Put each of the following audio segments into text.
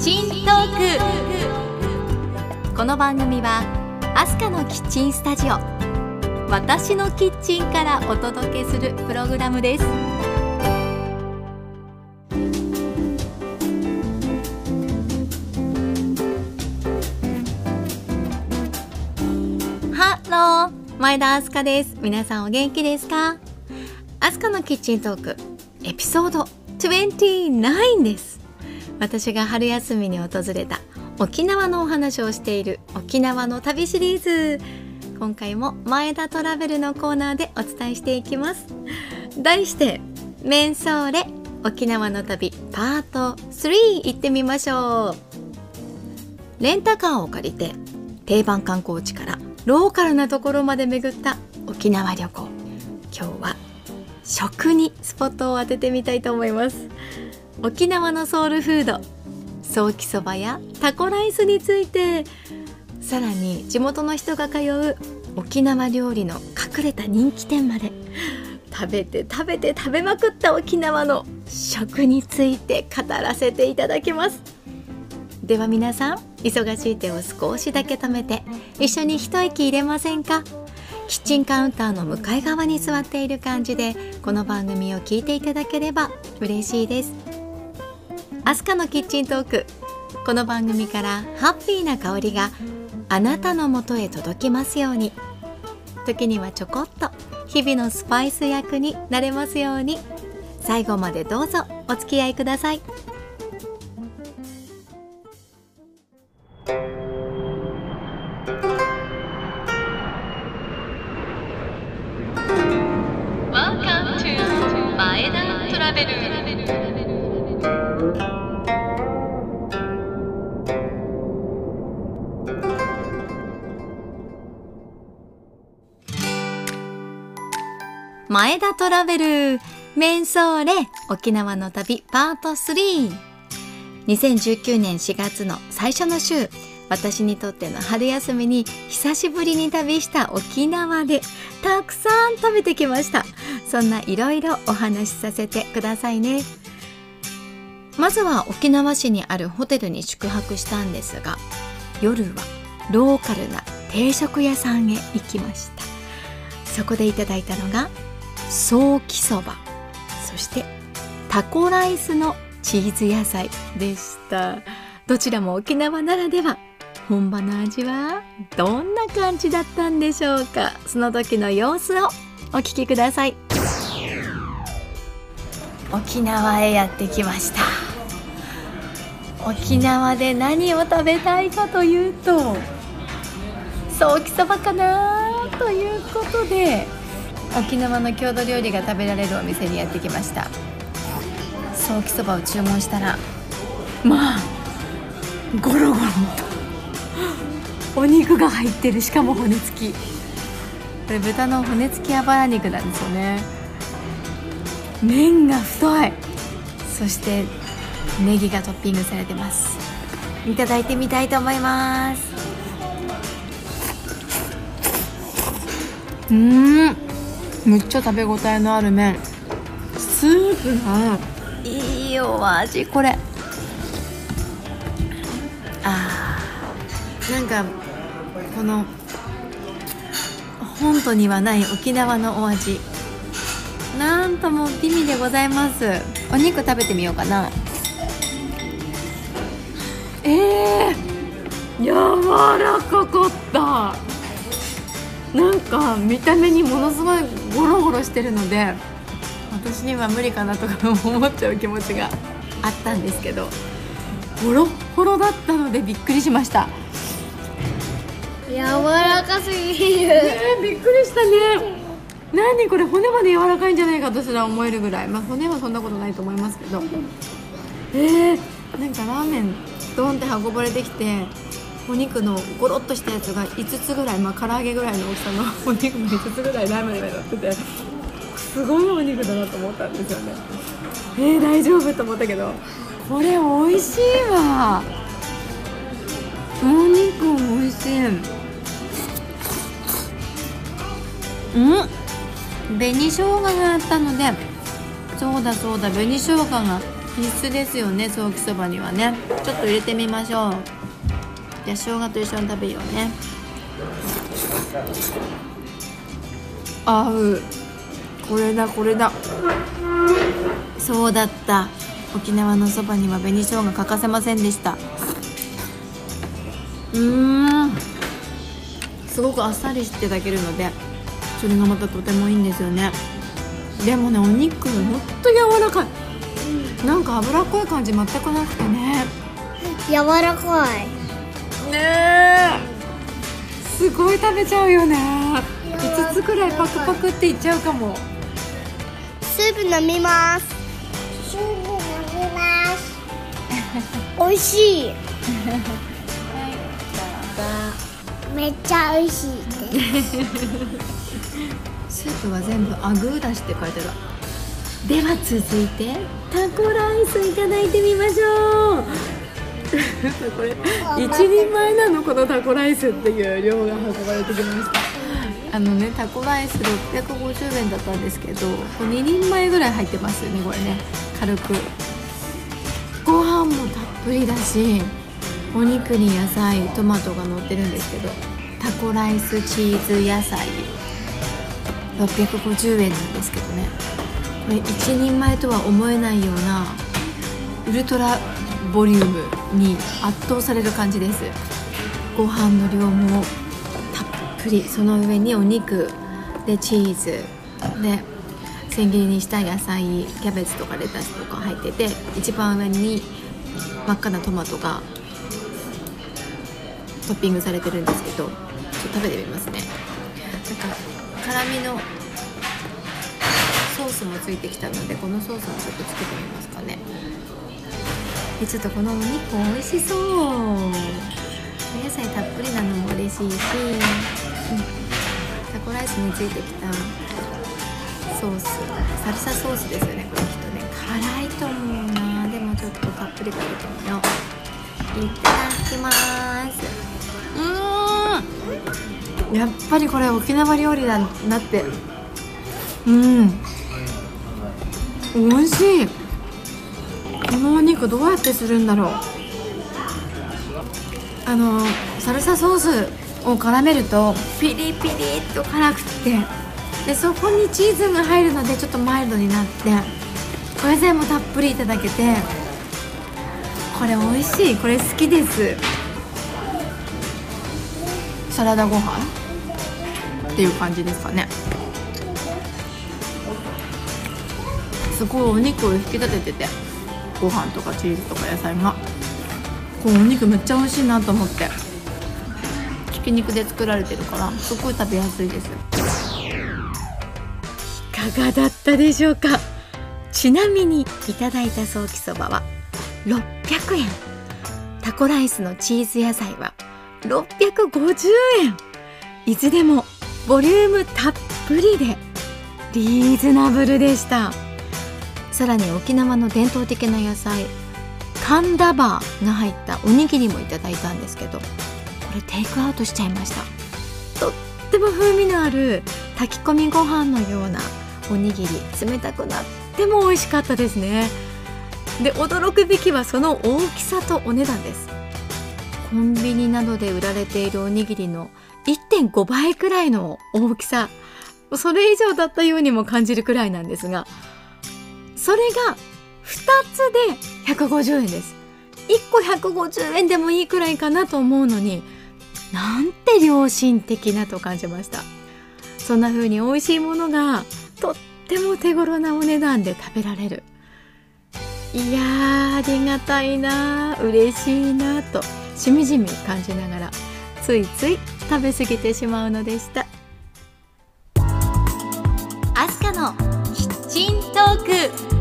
ッチントーク。この番組はアスカのキッチンスタジオ、私のキッチンからお届けするプログラムです。ハロー、前田アスカです。皆さんお元気ですか？アスカのキッチントークエピソード29です。私が春休みに訪れた沖縄のお話をしている沖縄の旅シリーズ、今回も前田トラベルのコーナーでお伝えしていきます。題してメンソーレ沖縄の旅パート3、行ってみましょう。レンタカーを借りて定番観光地からローカルなところまで巡った沖縄旅行。今日は食にスポットを当ててみたいと思います。沖縄のソウルフード、ソーキそばやタコライスについて、さらに地元の人が通う沖縄料理の隠れた人気店まで、食べまくった沖縄の食について語らせていただきます。では皆さん、忙しい手を少しだけ止めて一緒に一息入れませんか？キッチンカウンターの向かい側に座っている感じでこの番組を聞いていただければ嬉しいです。アスカのキッチントーク、この番組からハッピーな香りがあなたのもとへ届きますように。時にはちょこっと日々のスパイス役になれますように。最後までどうぞお付き合いください。Welcome to 前田トラベル。前田トラベルメンソーレ沖縄の旅パート3。 2019年4月の最初の週、私にとっての春休みに久しぶりに旅した沖縄でたくさん食べてきました。そんないろいろお話しさせてくださいね。まずは沖縄市にあるホテルに宿泊したんですが、夜はローカルな定食屋さんへ行きました。そこでいただいたのがソーキそば、そしてタコライスのチーズ野菜でした。どちらも沖縄ならでは。本場の味はどんな感じだったんでしょうか？その時の様子をお聞きください。沖縄へやってきました。沖縄で何を食べたいかというと、ソーキそばかなということで、沖縄の郷土料理が食べられるお店にやってきました。ソーキそばを注文したら、まあゴロゴロとお肉が入ってる。しかも骨付き。これ豚の骨付きあばら肉なんですよね。麺が太い。そしてネギがトッピングされてます。いただいてみたいと思います。めっちゃ食べ応えのある麺。スープがいいお味。これなんかこの本土にはない沖縄のお味、なんとも美味でございます。お肉食べてみようかな。柔らかかった。なんか見た目にものすごいゴロゴロしてるので、私には無理かなとか思っちゃう気持ちがあったんですけど、ホロホロだったのでびっくりしました。 柔らかすぎる、 びっくりしたね。何これ、骨まで柔らかいんじゃないかとすら思えるぐらい、骨はそんなことないと思いますけど、なんかラーメンドンって運ばれてきて、お肉のゴロッとしたやつが5つぐらい、唐揚げぐらいの大きさのお肉が5つぐらいラーメンの上に乗ってて、すごいお肉だなと思ったんですよね。大丈夫と思ったけど、これ美味しいわ。お肉美味しい。紅生姜があったので、そうだ紅生姜が必須ですよね、ソーキそばにはね。ちょっと入れてみましょう。じゃあ生姜と一緒に食べようね。合う。これだこれだ。そうだった、沖縄のそばには紅生姜欠かせませんでした。すごくあっさりしていただけるので、それがまたとてもいいんですよね。でもね、お肉ほんと柔らかい、なんか脂っこい感じ全くなくてね、 柔らかいねえ、すごい食べちゃうよね。5つくらいパクパクっていっちゃうかも。 スープ飲みます。美味しいめっちゃ美味しいスープは全部アグーだしって書いてある。では続いてタコライスいただいてみましょうこれ1人前なの、このタコライスっていう量が運ばれてきました。タコライス650円だったんですけど、2人前ぐらい入ってますよね、これね。軽くご飯もたっぷりだし、お肉に野菜、トマトが乗ってるんですけど、タコライスチーズ野菜650円なんですけどね、これ1人前とは思えないようなウルトラボリュームに圧倒される感じです。ご飯の量もたっぷり、その上にお肉でチーズで千切りにした野菜、キャベツとかレタスとか入ってて、一番上に真っ赤なトマトがトッピングされてるんですけど、ちょっと食べてみますね。なんか辛みのソースもついてきたので、このソースもちょっとつけてみますかね。でちょっとこのお肉美味しそう。お野菜たっぷりなのも嬉しいし、タコライスについてきたソース、サルサソースですよね、これきっとね。辛いと思うな。でもちょっとたっぷり食べてみよう。いただきます。やっぱりこれ沖縄料理だなって。美味しい。このお肉どうやってするんだろう。サルサソースを絡めるとピリピリっと辛くて、でそこにチーズが入るのでちょっとマイルドになって、これ全部たっぷりいただけて、これ美味しい。これ好きです。サラダご飯っていう感じですかね。すごいお肉を引き立ててて、ご飯とかチーズとか野菜がこうお肉めっちゃ美味しいなと思って、ひき肉で作られてるからすごい食べやすいです。いかがだったでしょうか。ちなみにいただいたソーキそばは600円、タコライスのチーズ野菜は650円。いずれもボリュームたっぷりでリーズナブルでした。さらに沖縄の伝統的な野菜カンダバーが入ったおにぎりもいただいたんですけど、これテイクアウトしちゃいました。とっても風味のある炊き込みご飯のようなおにぎり、冷たくなっても美味しかったですね。で驚くべきはその大きさとお値段です。コンビニなどで売られているおにぎりの 1.5 倍くらいの大きさ、それ以上だったようにも感じるくらいなんですが、それが2つで150円です。1個150円でもいいくらいかなと思うのに、なんて良心的なと感じました。そんな風に美味しいものがとっても手頃なお値段で食べられる。いやー、ありがたいな、嬉しいなとしみじみ感じながら、ついつい食べ過ぎてしまうのでした。アスカのキッチントーク。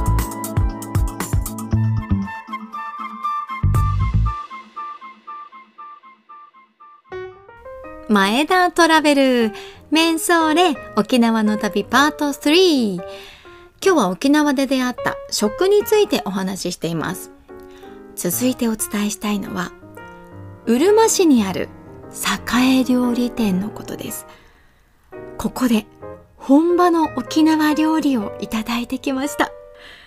前田トラベルメンソーレ沖縄の旅パート3。今日は沖縄で出会った食についてお話ししています。続いてお伝えしたいのはうるま市にある栄料理店のことです。ここで本場の沖縄料理をいただいてきました。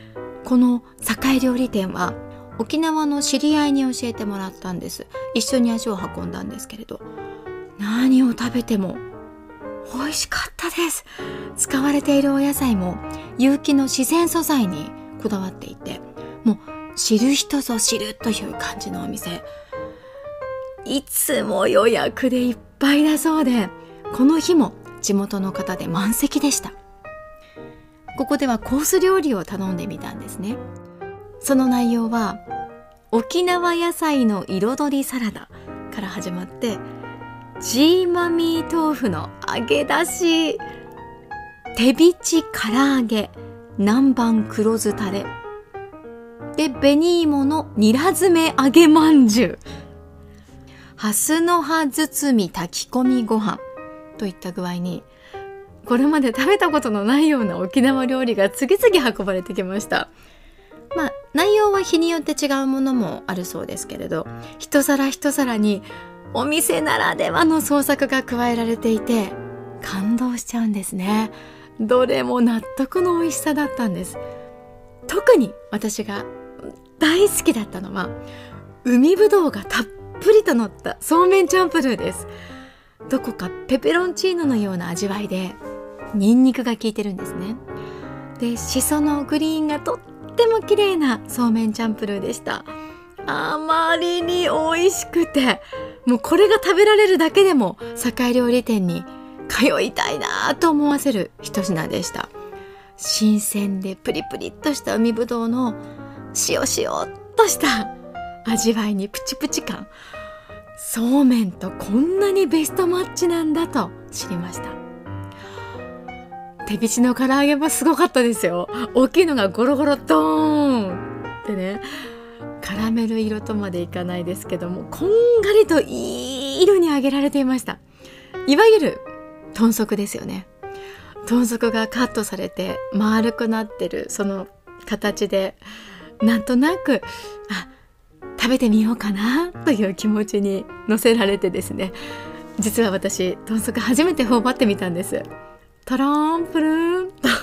この堺料理店は沖縄の知り合いに教えてもらったんです。一緒に足を運んだんですけれど、何を食べても美味しかったです。使われているお野菜も有機の自然素材にこだわっていて、もう知る人ぞ知るという感じのお店。いつも予約でいっぱいだそうで、この日も地元の方で満席でした。ここではコース料理を頼んでみたんですね。その内容は沖縄野菜の彩りサラダから始まって、ジーマミー豆腐の揚げ出し、手びち唐揚げ、南蛮黒酢タレで、紅芋のニラ詰め揚げまんじゅう、ハスの葉包み炊き込みご飯といった具合に、これまで食べたことのないような沖縄料理が次々運ばれてきました。内容は日によって違うものもあるそうですけれど、一皿一皿にお店ならではの創作が加えられていて感動しちゃうんですね。どれも納得の美味しさだったんです。特に私が大好きだったのは海ぶどうがたっぷりと乗ったそうめんチャンプルーです。どこかペペロンチーノのような味わいでニンニクが効いてるんですね。で、シソのグリーンがとっても綺麗なそうめんチャンプルーでした。あまりに美味しくて、もうこれが食べられるだけでも堺料理店に通いたいなと思わせる一品でした。新鮮でプリプリっとした海ぶどうの塩塩っとした味わいにプチプチ感、そうめんとこんなにベストマッチなんだと知りました。手びちの唐揚げもすごかったですよ。大きいのがゴロゴロドーンってね、カラメル色とまでいかないですけども、こんがりといい色に揚げられていました。いわゆる豚足ですよね。豚足がカットされて丸くなってるその形で、なんとなく食べてみようかなという気持ちに乗せられてですね、実は私豚足初めて頬張ってみたんです。トローンプルーンと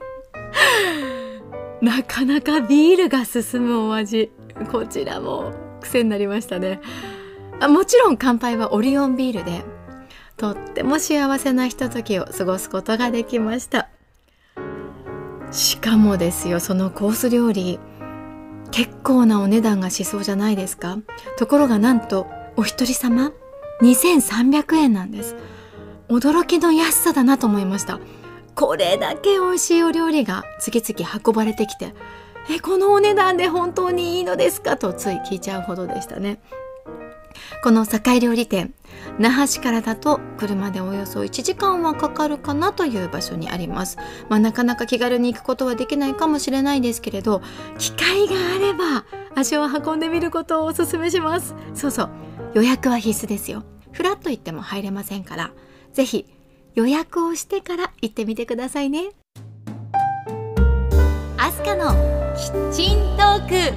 なかなかビールが進むお味、こちらも癖になりましたね。もちろん乾杯はオリオンビールで、とっても幸せなひとときを過ごすことができました。しかもですよ、そのコース料理結構なお値段がしそうじゃないですか。ところがなんとお一人様2300円なんです。驚きの安さだなと思いました。これだけ美味しいお料理が次々運ばれてきて、このお値段で本当にいいのですかとつい聞いちゃうほどでしたね。この堺料理店、那覇市からだと車でおよそ1時間はかかるかなという場所にあります。なかなか気軽に行くことはできないかもしれないですけれど、機会があれば足を運んでみることをお勧めします。そうそう、予約は必須ですよ。フラッと行っても入れませんから、ぜひ予約をしてから行ってみてくださいね。アスカのキッチントーク。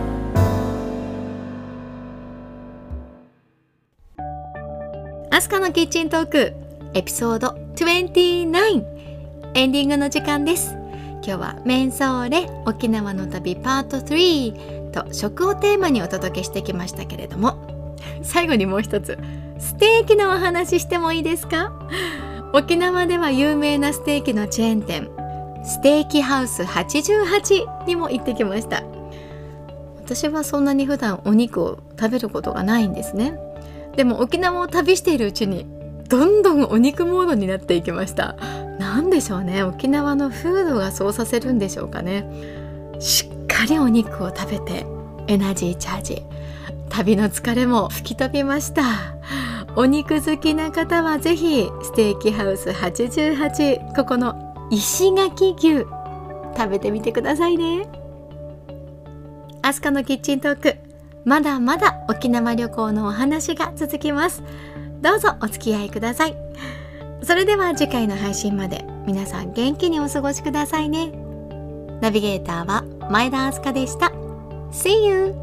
アスカのキッチントークエピソード29、エンディングの時間です。今日はメンソーレ沖縄の旅パート3と食をテーマにお届けしてきましたけれども、最後にもう一つステーキのお話してもいいですか？沖縄では有名なステーキのチェーン店、ステーキハウス88にも行ってきました。私はそんなに普段お肉を食べることがないんですね。でも沖縄を旅しているうちにどんどんお肉モードになっていきました。なんでしょうね、沖縄の風土がそうさせるんでしょうかね。しっかりお肉を食べてエナジーチャージ、旅の疲れも吹き飛びました。お肉好きな方はぜひステーキハウス88、ここの石垣牛食べてみてくださいね。アスカのキッチントーク、まだまだ沖縄旅行のお話が続きます。どうぞお付き合いください。それでは次回の配信まで皆さん元気にお過ごしくださいね。ナビゲーターは前田明日香でした。 See you!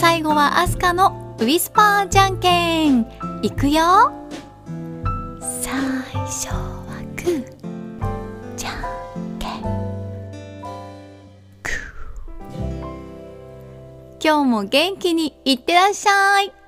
最後はアスカのウィスパーじゃんけん。いくよ。最初はグー、じゃんけん、グー。今日も元気にいってらっしゃい。